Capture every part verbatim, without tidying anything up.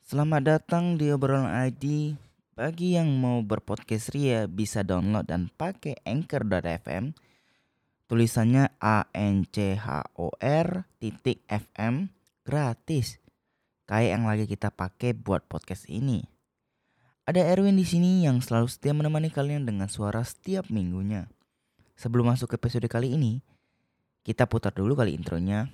Selamat datang di obrolan I D. Bagi yang mau berpodcast ria bisa download dan pakai anchor dot f m. Tulisannya A N C H O R titik F M, gratis. Kayak yang lagi kita pakai buat podcast ini. Ada Erwin di sini yang selalu setia menemani kalian dengan suara setiap minggunya. Sebelum masuk ke episode kali ini, kita putar dulu kali intronya.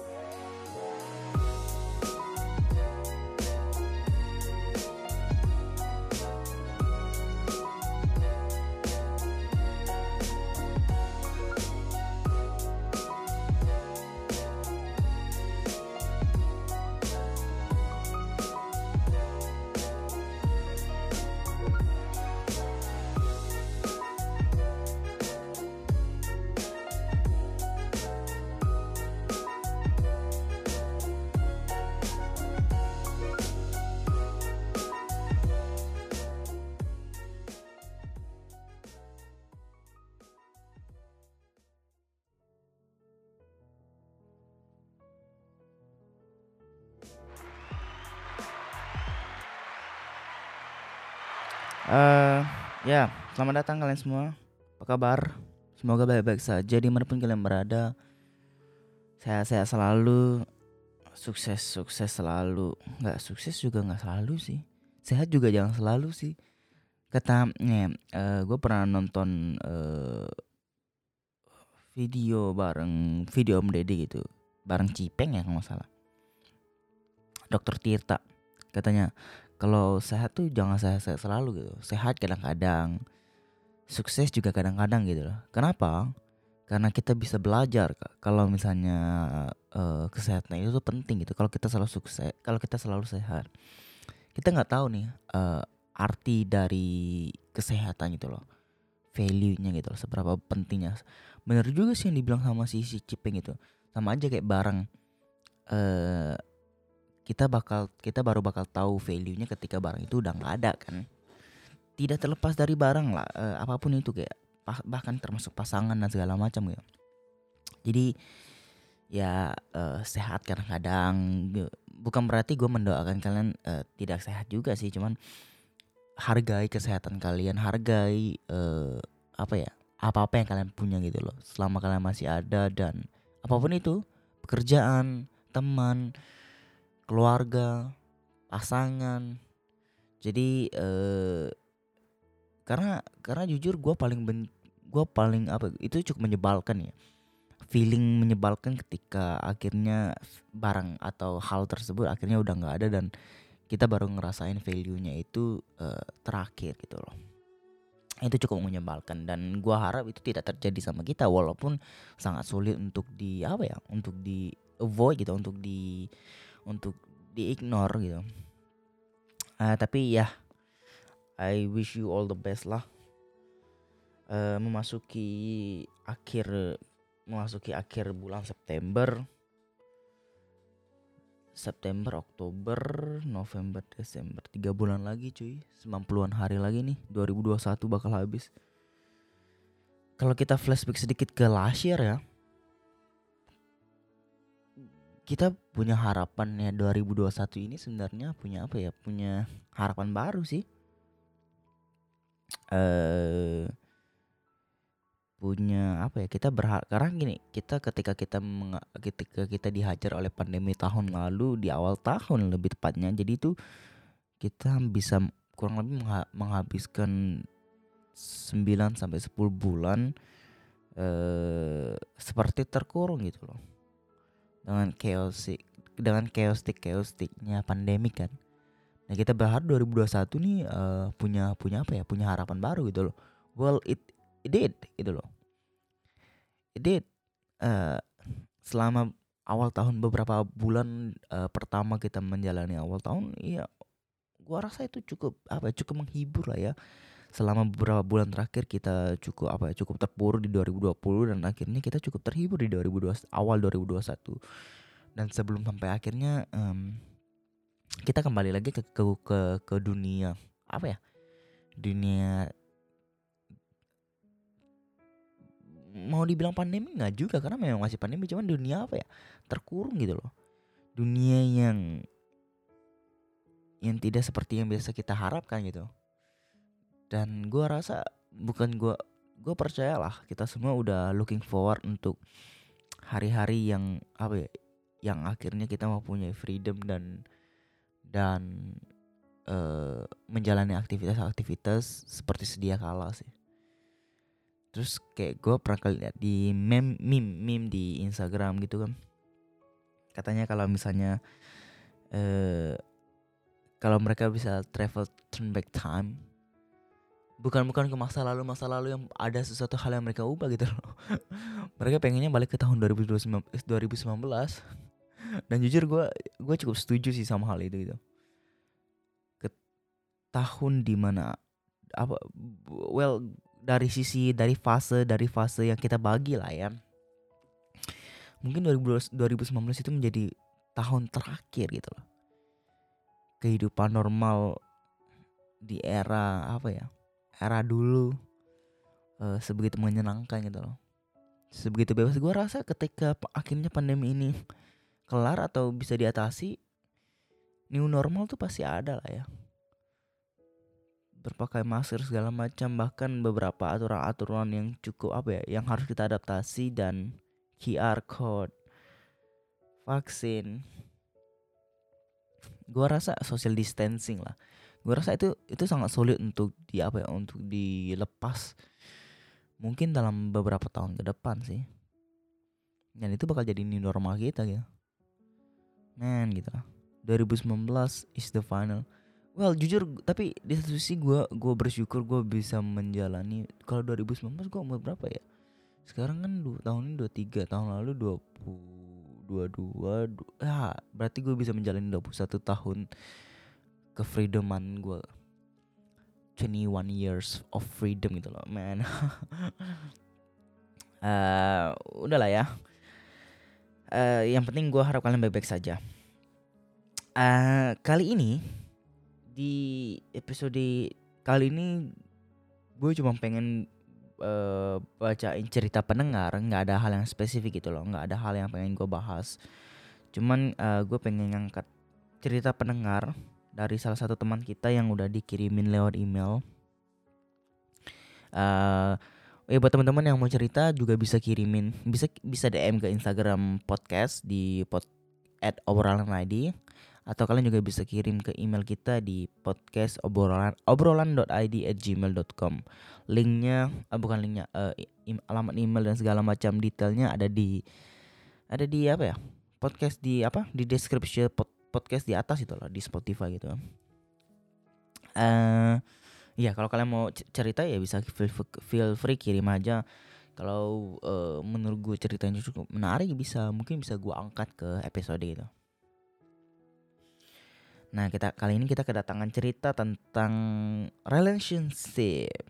Eh, ya, selamat datang kalian semua. Apa kabar? Semoga baik-baik saja dimanapun kalian berada. Sehat-sehat selalu, sukses-sukses selalu. Nggak sukses juga nggak selalu sih. Sehat juga jangan selalu sih. Kata, nih, eh, gue pernah nonton eh, video bareng video Om Deddy gitu, bareng Cipeng ya kalau nggak salah. Dokter Tirta katanya kalau sehat tuh jangan sehat-sehat selalu gitu. Sehat kadang-kadang, sukses juga kadang-kadang gitu loh. Kenapa? Karena kita bisa belajar Kak. Kalau misalnya uh, kesehatan itu tuh penting gitu. Kalau kita selalu sukses, kalau kita selalu sehat, kita nggak tahu nih uh, arti dari kesehatan gitu loh, value-nya gitu loh, seberapa pentingnya. Bener juga sih yang dibilang sama si si Cipeng itu. Sama aja kayak barang. Uh, kita bakal kita baru bakal tahu value-nya ketika barang itu udah nggak ada kan. Tidak terlepas dari barang lah, uh, apapun itu kayak bahkan termasuk pasangan dan segala macam gitu. Jadi ya uh, sehat kadang-kadang, bukan berarti gue mendoakan kalian uh, tidak sehat juga sih, cuman hargai kesehatan kalian, hargai uh, apa ya, apa-apa yang kalian punya gitu loh selama kalian masih ada. Dan apapun itu, pekerjaan, teman, keluarga, pasangan. Jadi uh, karena karena jujur gue paling ben, gue paling apa itu cukup menyebalkan ya, feeling menyebalkan ketika akhirnya barang atau hal tersebut akhirnya udah nggak ada dan kita baru ngerasain value-nya itu uh, terakhir gitu loh. Itu cukup menyebalkan dan gua harap itu tidak terjadi sama kita, walaupun sangat sulit untuk di apa ya, untuk di avoid gitu, untuk di untuk di ignore gitu. Uh, tapi ya, I wish you all the best lah. Uh, memasuki akhir memasuki akhir bulan September. September, Oktober, November, Desember, tiga bulan lagi cuy, sembilan puluhan hari lagi nih, dua ribu dua puluh satu bakal habis. Kalau kita flashback sedikit ke last year ya, kita punya harapannya dua ribu dua puluh satu ini sebenarnya punya apa ya, punya harapan baru sih. Eh punya apa ya, kita berharap karena gini, kita ketika kita menga, ketika kita dihajar oleh pandemi tahun lalu di awal tahun lebih tepatnya, jadi itu kita bisa kurang lebih mengha- menghabiskan sembilan sampai sepuluh bulan eh seperti terkurung gitu loh, dengan chaotic dengan chaotic chaoticnya pandemi kan. Nah, kita berharap dua ribu dua puluh satu nih uh, punya punya apa ya, punya harapan baru gitu loh. Well, it, it did gitu loh. It did. Uh, selama awal tahun, beberapa bulan uh, pertama kita menjalani awal tahun, iya gua rasa itu cukup apa ya, cukup menghibur lah ya. Selama beberapa bulan terakhir kita cukup apa ya, cukup terpuruk di dua ribu dua puluh dan akhirnya kita cukup terhibur di dua ribu dua puluh, awal dua ribu dua puluh satu. Dan sebelum sampai akhirnya um, kita kembali lagi ke ke ke, ke dunia apa ya? Dunia, mau dibilang pandemi nggak juga karena memang masih pandemi, cuman dunia apa ya, terkurung gitu loh. Dunia yang yang tidak seperti yang biasa kita harapkan gitu. Dan gue rasa bukan gue gue percayalah kita semua udah looking forward untuk hari-hari yang apa ya, yang akhirnya kita mau punya freedom dan dan uh, menjalani aktivitas-aktivitas seperti sedia kala sih. Terus kayak gue pernah kali lihat di meme meme meme di Instagram gitu kan, katanya kalau misalnya uh, kalau mereka bisa travel turn back time, bukan bukan ke masa lalu masa lalu yang ada sesuatu hal yang mereka ubah gitu loh. Mereka pengennya balik ke tahun dua ribu sembilan belas. Dan jujur gue gue cukup setuju sih sama hal itu gitu. Ke tahun dimana apa well dari sisi dari fase dari fase yang kita bagi lah ya, mungkin dua ribu sembilan belas itu menjadi tahun terakhir gitu loh kehidupan normal di era apa ya, era dulu, uh, sebegitu menyenangkan gitu loh, sebegitu bebas. Gue rasa ketika akhirnya pandemi ini kelar atau bisa diatasi, new normal tuh pasti ada lah ya, berpakai masker segala macam, bahkan beberapa aturan-aturan yang cukup apa ya, yang harus kita adaptasi, dan Q R code, vaksin. Gua rasa social distancing lah. Gua rasa itu itu sangat sulit untuk di apa ya, untuk dilepas. Mungkin dalam beberapa tahun ke depan sih. Dan itu bakal jadi new normal kita gitu. Man gitu lah. dua ribu sembilan belas is the final. Well jujur, tapi di satu sisi gue gue bersyukur gue bisa menjalani. Kalau dua ribu sembilan belas gue umur berapa ya? Sekarang kan dua, tahun ini dua puluh tiga, tahun lalu dua puluh dua, ya berarti gue bisa menjalani dua puluh satu tahun kefreedoman gue. twenty-one years of freedom gitu loh, man. uh, udahlah ya. Uh, yang penting gue harap kalian baik-baik saja. Uh, kali ini di episode kali ini gue cuma pengen uh, bacain cerita pendengar, nggak ada hal yang spesifik gitu loh, nggak ada hal yang pengen gue bahas. Cuman uh, gue pengen ngangkat cerita pendengar dari salah satu teman kita yang udah dikirimin lewat email. Uh, ya buat teman-teman yang mau cerita juga bisa kirimin, bisa bisa D M ke Instagram podcast di pod at obrolan I D. Atau kalian juga bisa kirim ke email kita di podcast obrolan obrolan.id at gmail dot com. Linknya, uh, bukan linknya, uh, im, alamat email dan segala macam detailnya ada di ada di apa ya? Podcast di apa? Di deskripsi pod, podcast di atas itu loh, di Spotify gitu. Uh, ya kalau kalian mau cerita ya bisa feel, feel free kirim aja. Kalau uh, menurut gue ceritanya cukup menarik, bisa mungkin bisa gue angkat ke episode itu. Nah, kita kali ini kita kedatangan cerita tentang relationship.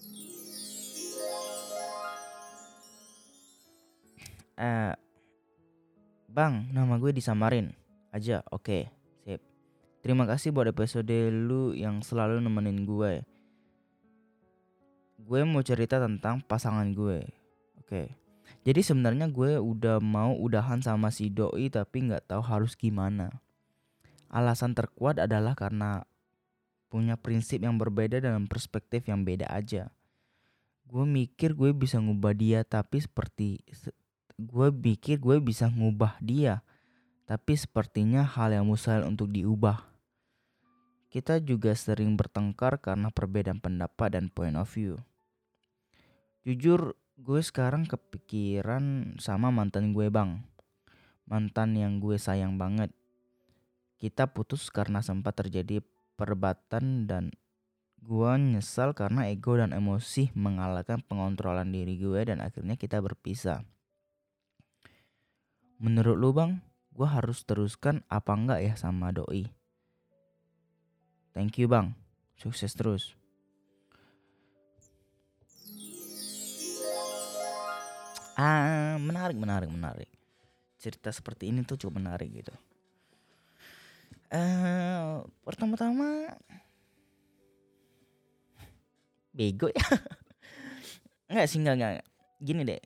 Uh, bang, nama gue disamarin aja, oke, okay, sip. Terima kasih buat episode lu yang selalu nemenin gue. Gue mau cerita tentang pasangan gue, oke. Okay. Jadi sebenarnya gue udah mau udahan sama si doi tapi nggak tahu harus gimana. Alasan terkuat adalah karena punya prinsip yang berbeda dan perspektif yang beda aja. Gue mikir gue bisa ngubah dia, tapi seperti gue pikir gue bisa ngubah dia, tapi sepertinya hal yang mustahil untuk diubah. Kita juga sering bertengkar karena perbedaan pendapat dan point of view. Jujur, gue sekarang kepikiran sama mantan gue, bang. Mantan yang gue sayang banget. Kita putus karena sempat terjadi perdebatan dan gue nyesal karena ego dan emosi mengalahkan pengontrolan diri gue dan akhirnya kita berpisah. Menurut lu, bang, gue harus teruskan apa enggak ya sama doi? Thank you, bang. Sukses terus. Ah, menarik, menarik, menarik. Cerita seperti ini tuh cukup menarik gitu. Uh, pertama-tama bego ya. Enggak sih, enggak, enggak. Gini deh.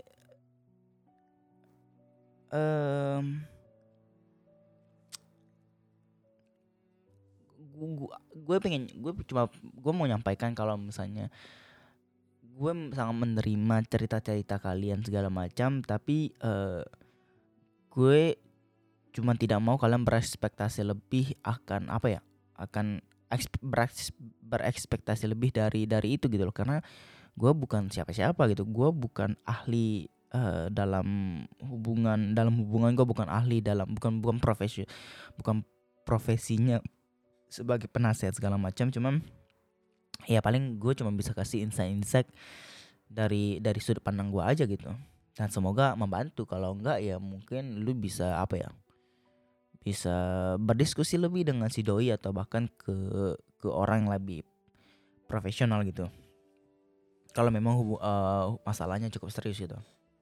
Um, gua, gue pengen gue cuma gue mau nyampaikan kalau misalnya gue sangat menerima cerita-cerita kalian segala macam, tapi uh, gue cuma tidak mau kalian berekspektasi lebih akan apa ya akan eksp- bereks- berekspektasi lebih dari dari itu gitu loh, karena gue bukan siapa-siapa gitu, gue bukan ahli uh, dalam hubungan dalam hubungan gue bukan ahli dalam bukan bukan profesi bukan profesinya sebagai penasihat segala macam, cuman ya paling gue cuma bisa kasih insight-insight dari dari sudut pandang gue aja gitu, dan semoga membantu. Kalau enggak ya mungkin lu bisa apa ya bisa berdiskusi lebih dengan si doi atau bahkan ke ke orang yang lebih profesional gitu kalau memang hubu, uh, masalahnya cukup serius gitu.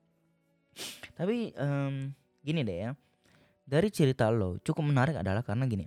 Tapi um, gini deh ya, dari cerita lo cukup menarik adalah karena gini,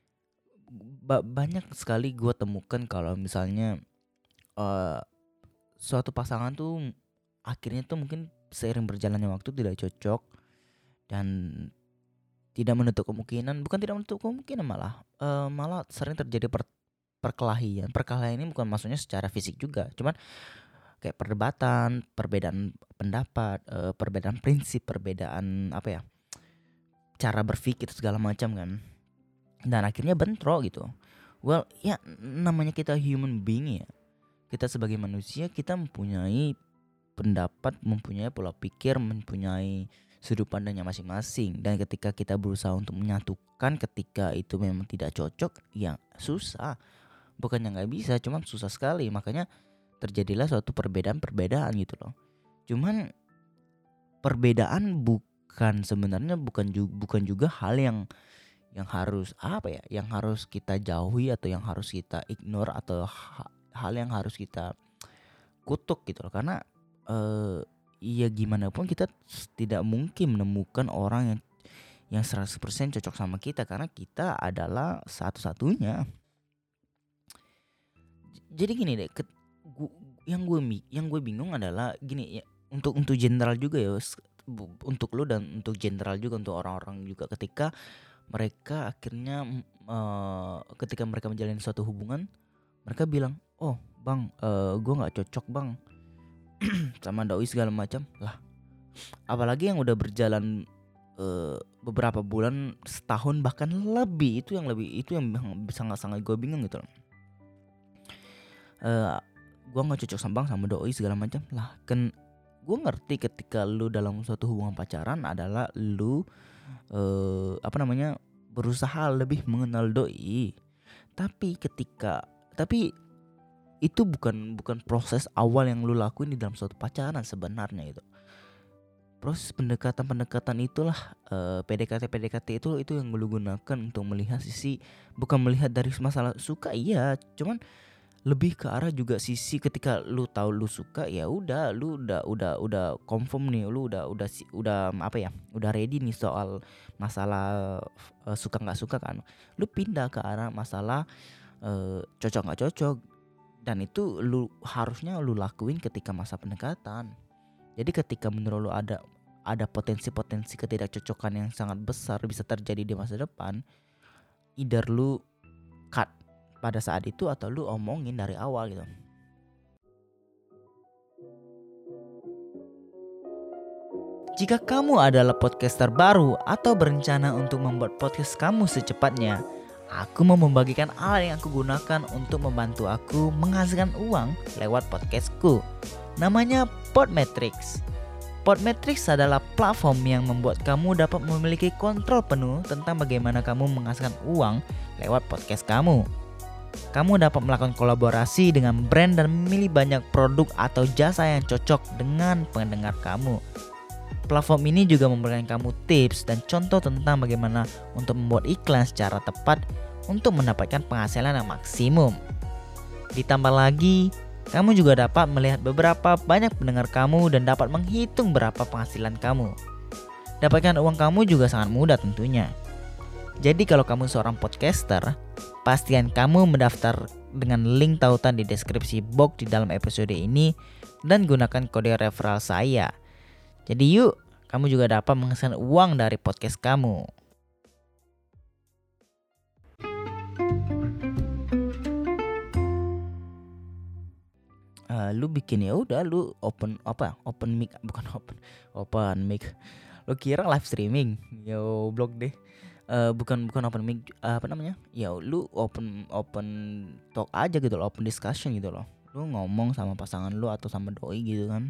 ba- banyak sekali gue temukan kalau misalnya uh, suatu pasangan tuh akhirnya tuh mungkin seiring berjalannya waktu tidak cocok dan tidak menutup kemungkinan, bukan tidak menutup kemungkinan malah uh, malah sering terjadi per, perkelahian. Perkelahian ini bukan maksudnya secara fisik juga, cuman kayak perdebatan, perbedaan pendapat, uh, perbedaan prinsip, perbedaan apa ya, cara berpikir segala macam kan. Dan akhirnya bentrok gitu. Well, ya namanya kita human being ya. Kita sebagai manusia kita mempunyai pendapat, mempunyai pola pikir, mempunyai sudut pandangnya masing-masing, dan ketika kita berusaha untuk menyatukan ketika itu memang tidak cocok ya susah, bukannya nggak bisa, cuman susah sekali. Makanya terjadilah suatu perbedaan-perbedaan gitu loh. Cuman perbedaan bukan sebenarnya bukan juga, bukan juga hal yang yang harus apa ya yang harus kita jauhi atau yang harus kita ignore atau ha, hal yang harus kita kutuk gitu loh, karena uh, iya gimana pun kita tidak mungkin menemukan orang yang yang seratus persen cocok sama kita, karena kita adalah satu-satunya. Jadi gini deh, ke, gua, yang gue yang gue bingung adalah gini ya, untuk untuk general juga ya, untuk lu dan untuk general juga, untuk orang-orang juga, ketika mereka akhirnya uh, ketika mereka menjalani suatu hubungan, mereka bilang, "Oh, Bang, uh, gue nggak cocok, Bang." sama doi segala macam lah, apalagi yang udah berjalan uh, beberapa bulan, setahun bahkan lebih, itu yang lebih itu yang sangat-sangat gue bingung gitu loh. Uh, gue nggak cocok sama bang sama doi segala macam lah kan. Gue ngerti ketika lu dalam suatu hubungan pacaran adalah lu uh, apa namanya berusaha lebih mengenal doi, tapi ketika tapi itu bukan bukan proses awal yang lu lakuin di dalam suatu pacaran sebenarnya itu. Proses pendekatan-pendekatan itulah uh, P D K T P D K T itu itu yang lu gunakan untuk melihat sisi, bukan melihat dari masalah suka iya, cuman lebih ke arah juga sisi ketika lu tahu lu suka ya udah lu udah udah udah confirm nih, lu udah udah udah apa ya udah ready nih soal masalah uh, suka nggak suka kan, lu pindah ke arah masalah uh, cocok nggak cocok. Dan itu lu harusnya lu lakuin ketika masa pendekatan. Jadi ketika menurut lu ada ada potensi-potensi ketidakcocokan yang sangat besar bisa terjadi di masa depan, either lu cut pada saat itu atau lu omongin dari awal gitu. Jika kamu adalah podcaster baru atau berencana untuk membuat podcast kamu secepatnya, aku mau membagikan hal yang aku gunakan untuk membantu aku menghasilkan uang lewat podcastku. Namanya Podmetrics. Podmetrics adalah platform yang membuat kamu dapat memiliki kontrol penuh tentang bagaimana kamu menghasilkan uang lewat podcast kamu. Kamu dapat melakukan kolaborasi dengan brand dan memilih banyak produk atau jasa yang cocok dengan pendengar kamu. Platform ini juga memberikan kamu tips dan contoh tentang bagaimana untuk membuat iklan secara tepat untuk mendapatkan penghasilan yang maksimum. Ditambah lagi, kamu juga dapat melihat beberapa banyak pendengar kamu dan dapat menghitung berapa penghasilan kamu. Dapatkan uang kamu juga sangat mudah tentunya. Jadi kalau kamu seorang podcaster, pastikan kamu mendaftar dengan link tautan di deskripsi box di dalam episode ini dan gunakan kode referral saya. Jadi yuk, kamu juga dapat menghasilkan uang dari podcast kamu. uh, lu bikin ya udah lu open apa open mic bukan open open mic lu kira live streaming yo blog deh. Uh, bukan bukan open mic, uh, apa namanya ya lu open open talk aja gitu loh, open discussion gitu loh, lu ngomong sama pasangan lu atau sama doi gitu kan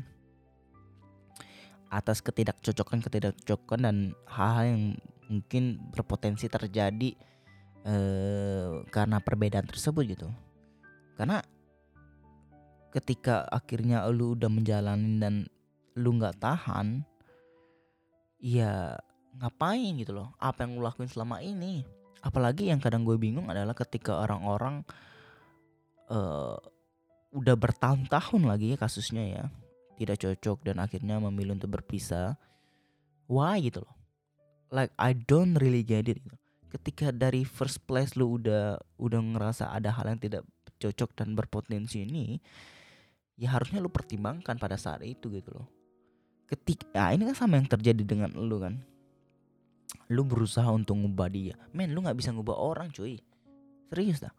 atas ketidakcocokan ketidakcocokan dan hal-hal yang mungkin berpotensi terjadi uh, karena perbedaan tersebut gitu. Karena ketika akhirnya lu udah menjalanin dan lu nggak tahan, ya ngapain gitu loh apa yang lu lakuin selama ini. Apalagi yang kadang gue bingung adalah ketika orang-orang uh, udah bertahun-tahun lagi ya kasusnya ya tidak cocok dan akhirnya memilih untuk berpisah. Why gitu loh, like I don't really get it gitu. Ketika dari first place lu udah udah ngerasa ada hal yang tidak cocok dan berpotensi ini, ya harusnya lu pertimbangkan pada saat itu gitu loh. Ketika nah ini kan sama yang terjadi dengan lu kan, lu berusaha untuk ngubah dia, men lu nggak bisa ngubah orang cuy, serius dah.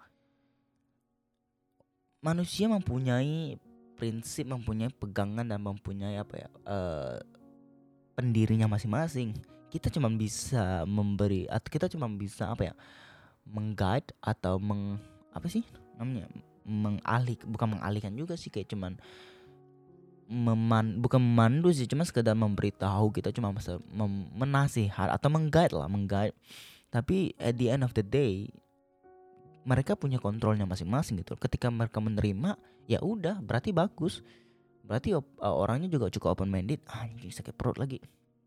Manusia mempunyai prinsip, mempunyai pegangan dan mempunyai apa ya uh, pendirinya masing-masing. Kita cuma bisa memberi atau kita cuma bisa apa ya mengguide atau meng apa sih namanya mengalih bukan mengalihkan juga sih, kayak cuman meman bukan memandu sih, cuma sekedar memberitahu, kita cuma bisa mem- menasihat atau mengguide lah mengguide. Tapi at the end of the day mereka punya kontrolnya masing-masing gitu. Ketika mereka menerima ya udah berarti bagus, berarti op- uh, orangnya juga cukup open minded. Anjing sakit perut lagi.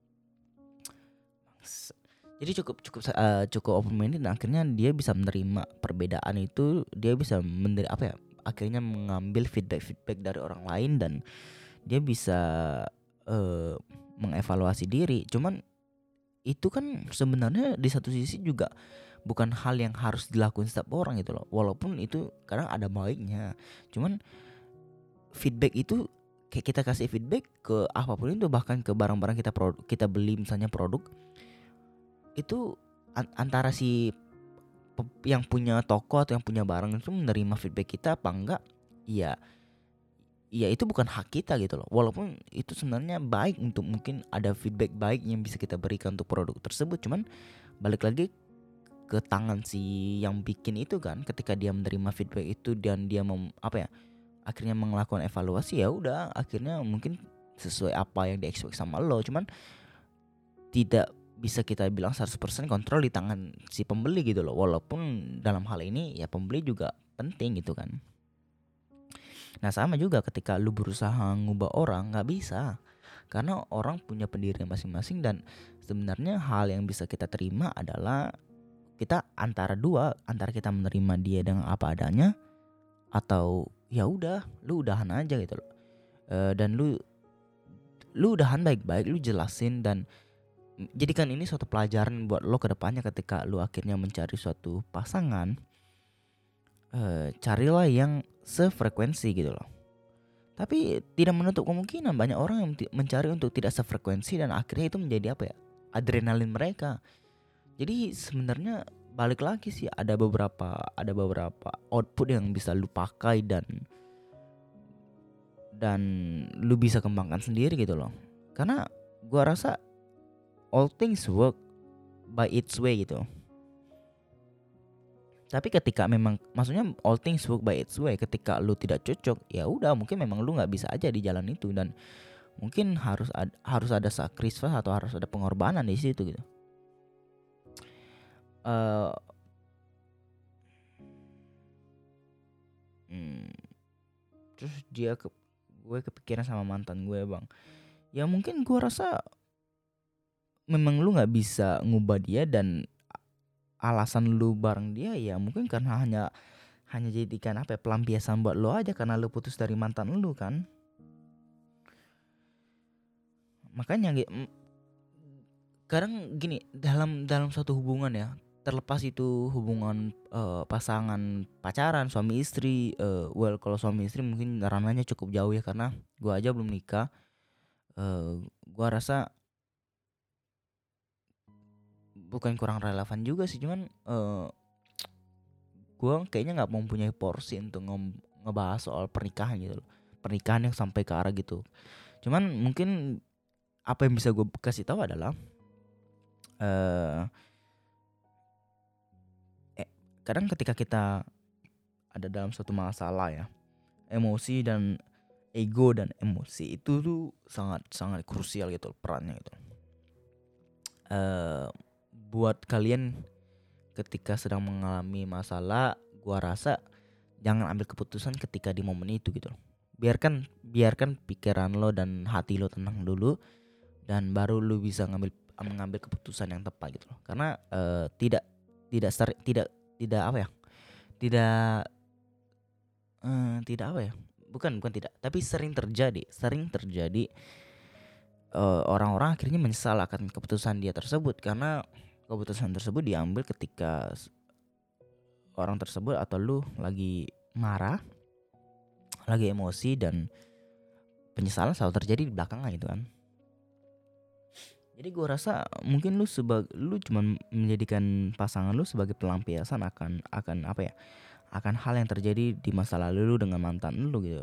Jadi cukup cukup uh, cukup open minded dan akhirnya dia bisa menerima perbedaan itu, dia bisa menerima apa ya akhirnya mengambil feedback feedback dari orang lain dan dia bisa uh, mengevaluasi diri. Cuman itu kan sebenarnya di satu sisi juga bukan hal yang harus dilakukan setiap orang gitu loh. Walaupun itu kadang ada baiknya. Cuman feedback itu kayak kita kasih feedback ke apapun itu, bahkan ke barang-barang kita produk, kita beli misalnya produk itu an- antara si pe- yang punya toko atau yang punya barang itu menerima feedback kita apa enggak, ya ya itu bukan hak kita gitu loh. Walaupun itu sebenarnya baik untuk mungkin ada feedback baik yang bisa kita berikan untuk produk tersebut, cuman balik lagi ke tangan si yang bikin itu kan. Ketika dia menerima feedback itu dan dia mem, apa ya akhirnya melakukan evaluasi, ya udah akhirnya mungkin sesuai apa yang diekspek sama lo. Cuman tidak bisa kita bilang seratus persen kontrol di tangan si pembeli gitu loh. Walaupun dalam hal ini ya pembeli juga penting gitu kan. Nah sama juga ketika lu berusaha ngubah orang, gak bisa. Karena orang punya pendirian masing-masing dan sebenarnya hal yang bisa kita terima adalah kita antara dua, antara kita menerima dia dengan apa adanya atau ya udah lu udahan aja gitu loh. E, dan lu lu udahan baik-baik, lu jelasin dan jadikan ini suatu pelajaran buat lo ke depannya. Ketika lu akhirnya mencari suatu pasangan, e, carilah yang sefrekuensi gitu loh. Tapi tidak menutup kemungkinan banyak orang yang mencari untuk tidak sefrekuensi dan akhirnya itu menjadi apa ya adrenalin mereka. Jadi sebenarnya balik lagi sih, ada beberapa ada beberapa output yang bisa lu pakai dan dan lu bisa kembangkan sendiri gitu loh. Karena gua rasa all things work by its way gitu. Tapi ketika memang maksudnya all things work by its way, ketika lu tidak cocok ya udah mungkin memang lu nggak bisa aja di jalan itu dan mungkin harus ada, harus ada sacrifice atau harus ada pengorbanan di situ gitu. Uh, hmm, terus dia ke, gue kepikiran sama mantan gue bang. Ya mungkin gue rasa memang lu nggak bisa ngubah dia dan alasan lu bareng dia ya mungkin karena hanya hanya jadikan apa ya, pelampiasan buat lo aja karena lu putus dari mantan lu kan. Makanya kadang gini, dalam dalam suatu hubungan ya, terlepas itu hubungan uh, pasangan pacaran suami istri, uh, well kalau suami istri mungkin ranahnya cukup jauh ya karena gua aja belum nikah. Uh, gua rasa bukan kurang relevan juga sih, cuman uh, gue kayaknya nggak mempunyai porsi untuk nge- ngebahas soal pernikahan gitu loh. pernikahan yang sampai ke arah gitu. Cuman mungkin apa yang bisa gue kasih tahu adalah eh eh, kadang ketika kita ada dalam suatu masalah ya, emosi dan ego dan emosi itu tuh sangat sangat krusial gitu perannya gitu. Eh buat kalian ketika sedang mengalami masalah, gua rasa jangan ambil keputusan ketika di momen itu gitu loh. Biarkan biarkan pikiran lo dan hati lo tenang dulu, dan baru lo bisa ngambil mengambil keputusan yang tepat gitu loh. Karena eh, tidak tidak ser, tidak tidak apa ya? Tidak eh, tidak apa ya? Bukan bukan tidak, tapi sering terjadi, sering terjadi eh, orang-orang akhirnya menyesal akan keputusan dia tersebut, karena keputusan tersebut diambil ketika s- orang tersebut atau lu lagi marah, lagi emosi, dan penyesalan selalu terjadi di belakangnya itu kan. Jadi gue rasa mungkin lu sebagai lu cuman menjadikan pasangan lu sebagai pelampiasan akan akan apa ya? Akan hal yang terjadi di masa lalu lu dengan mantan lu gitu.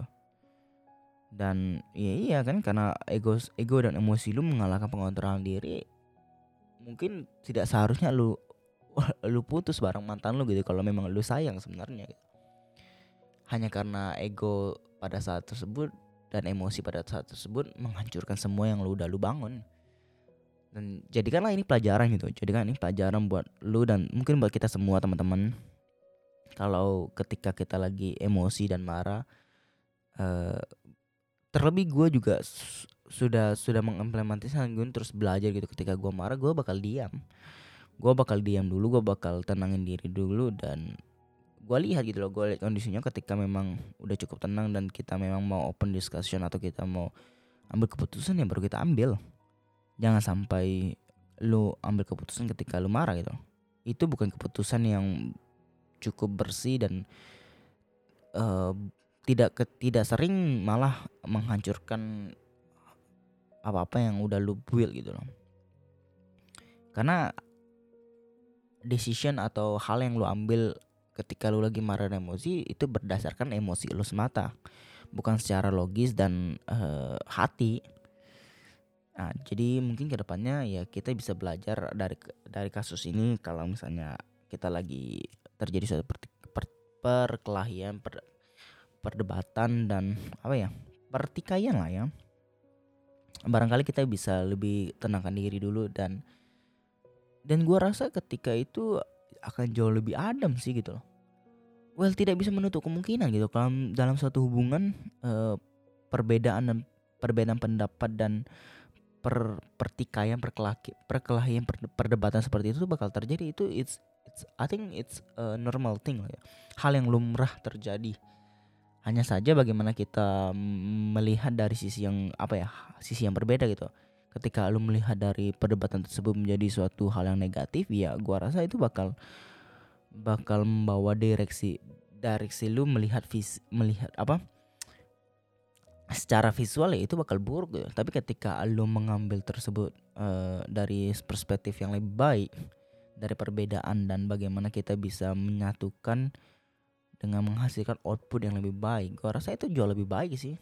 Dan ya iya kan, karena ego ego dan emosi lu mengalahkan pengontrolan diri, mungkin tidak seharusnya lu lu putus bareng mantan lu gitu kalau memang lu sayang sebenarnya gitu. Hanya karena ego pada saat tersebut dan emosi pada saat tersebut menghancurkan semua yang lu udah lu bangun. Dan jadikanlah ini pelajaran gitu. Jadikan ini pelajaran buat lu dan mungkin buat kita semua teman-teman. Kalau ketika kita lagi emosi dan marah, eh, terlebih gue juga s- sudah sudah mengimplementasikan gue terus belajar gitu. Ketika gue marah, gue bakal diam. Gue bakal diam dulu, gue bakal tenangin diri dulu, dan gue lihat gitu loh, gue lihat kondisinya ketika memang udah cukup tenang dan kita memang mau open discussion atau kita mau ambil keputusan, ya baru kita ambil. Jangan sampai lu ambil keputusan ketika lu marah gitu. Itu bukan keputusan yang cukup bersih, dan eh, tidak ke- tidak sering malah menghancurkan apa-apa yang udah lu build gitu loh. Karena decision atau hal yang lu ambil ketika lu lagi marah dan emosi itu berdasarkan emosi lu semata, bukan secara logis dan eh, hati. Nah, jadi mungkin kedepannya ya kita bisa belajar dari dari kasus ini. Kalau misalnya kita lagi terjadi suatu per, per- perkelahian, per- perdebatan dan apa ya, pertikaian lah ya, barangkali kita bisa lebih tenangkan diri dulu, dan dan gua rasa ketika itu akan jauh lebih adem sih gitu loh. Well, tidak bisa menutup kemungkinan gitu kalau dalam suatu hubungan eh, perbedaan dan perbedaan pendapat dan per pertikaian, perkelaki perkelahian, perde- perdebatan seperti itu tuh bakal terjadi. Itu it's it's I think it's a normal thing lah ya, hal yang lumrah terjadi. Hanya saja bagaimana kita mm, melihat dari sisi yang apa ya, sisi yang berbeda gitu. Ketika lu melihat dari perdebatan tersebut menjadi suatu hal yang negatif, ya gua rasa itu bakal bakal membawa direksi direksi lu melihat vis melihat apa secara visual, ya itu bakal buruk gitu. Tapi ketika lu mengambil tersebut eh, dari perspektif yang lebih baik, dari perbedaan dan bagaimana kita bisa menyatukan dengan menghasilkan output yang lebih baik, gua rasa itu jauh lebih baik sih.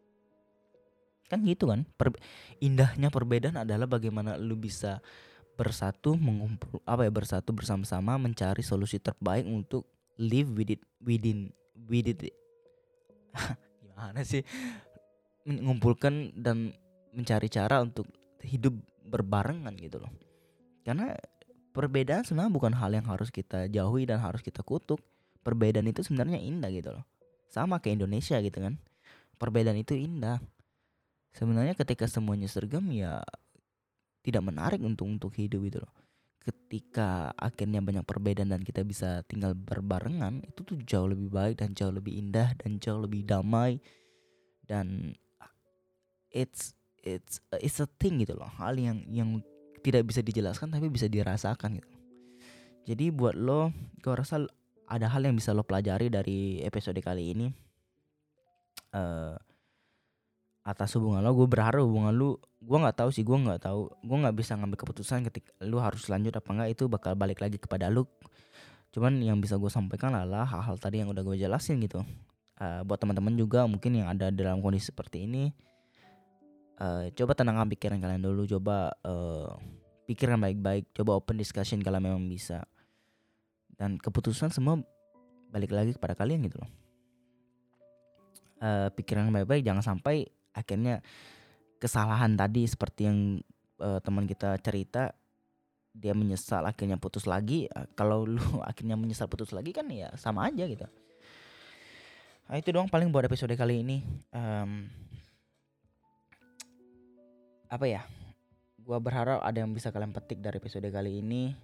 Kan gitu kan. Per- indahnya perbedaan adalah bagaimana lu bisa bersatu mengumpul apa ya bersatu bersama-sama mencari solusi terbaik untuk live with it within with it gimana sih, mengumpulkan dan mencari cara untuk hidup berbarengan gitu loh. Karena perbedaan sebenarnya bukan hal yang harus kita jauhi dan harus kita kutuk. Perbedaan itu sebenarnya indah gitu loh. Sama kayak Indonesia gitu kan. Perbedaan itu indah. Sebenarnya ketika semuanya seragam, ya tidak menarik untuk untuk hidup gitu loh. Ketika akhirnya banyak perbedaan dan kita bisa tinggal berbarengan, itu tuh jauh lebih baik dan jauh lebih indah dan jauh lebih damai, dan it's it's it's a thing gitu loh, hal yang yang tidak bisa dijelaskan tapi bisa dirasakan gitu. Jadi buat lo, gue rasa ada hal yang bisa lo pelajari dari episode kali ini. eh Atas hubungan lo, gue berharap hubungan lu, gue nggak tahu sih, gue nggak tahu, gue nggak bisa ngambil keputusan ketika lu harus lanjut apa enggak, itu bakal balik lagi kepada lu. Cuman yang bisa gue sampaikan adalah hal-hal tadi yang udah gue jelasin gitu. Uh, buat teman-teman juga mungkin yang ada dalam kondisi seperti ini, uh, coba tenangkan pikiran kalian dulu, coba uh, pikirkan baik-baik, coba open discussion kalau memang bisa, dan keputusan semua balik lagi kepada kalian gitu loh. Uh, pikiran baik-baik, jangan sampai akhirnya kesalahan tadi seperti yang uh, teman kita cerita, dia menyesal akhirnya putus lagi. Uh, kalau lu akhirnya menyesal putus lagi kan ya sama aja gitu. Nah, itu doang paling buat episode kali ini. Um, apa ya? Gua berharap ada yang bisa kalian petik dari episode kali ini.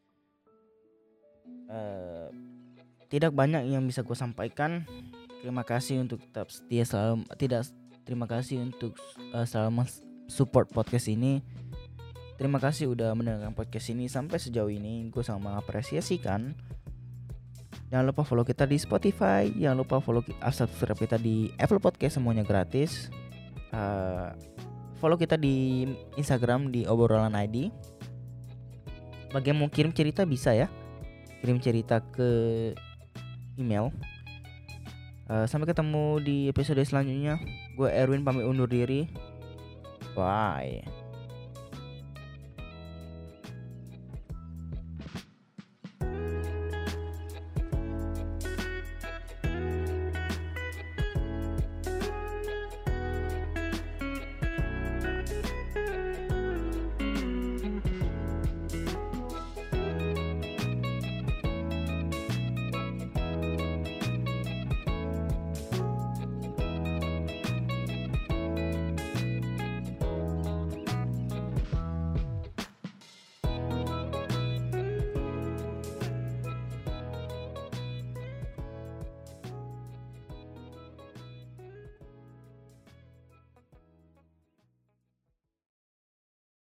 Uh, tidak banyak yang bisa gue sampaikan. Terima kasih untuk tetap setia selalu. Tidak, terima kasih untuk uh, selalu support podcast ini. Terima kasih udah mendengarkan podcast ini sampai sejauh ini. Gue sangat mengapresiasikan. Jangan lupa follow kita di Spotify. Jangan lupa follow uh, subscribe kita di Apple Podcast, semuanya gratis. uh, Follow kita di Instagram di obrolan I D. Bagi yang mau kirim cerita bisa ya, kirim cerita ke email. uh, Sampai ketemu di episode selanjutnya. Gue Erwin pamit undur diri. Bye.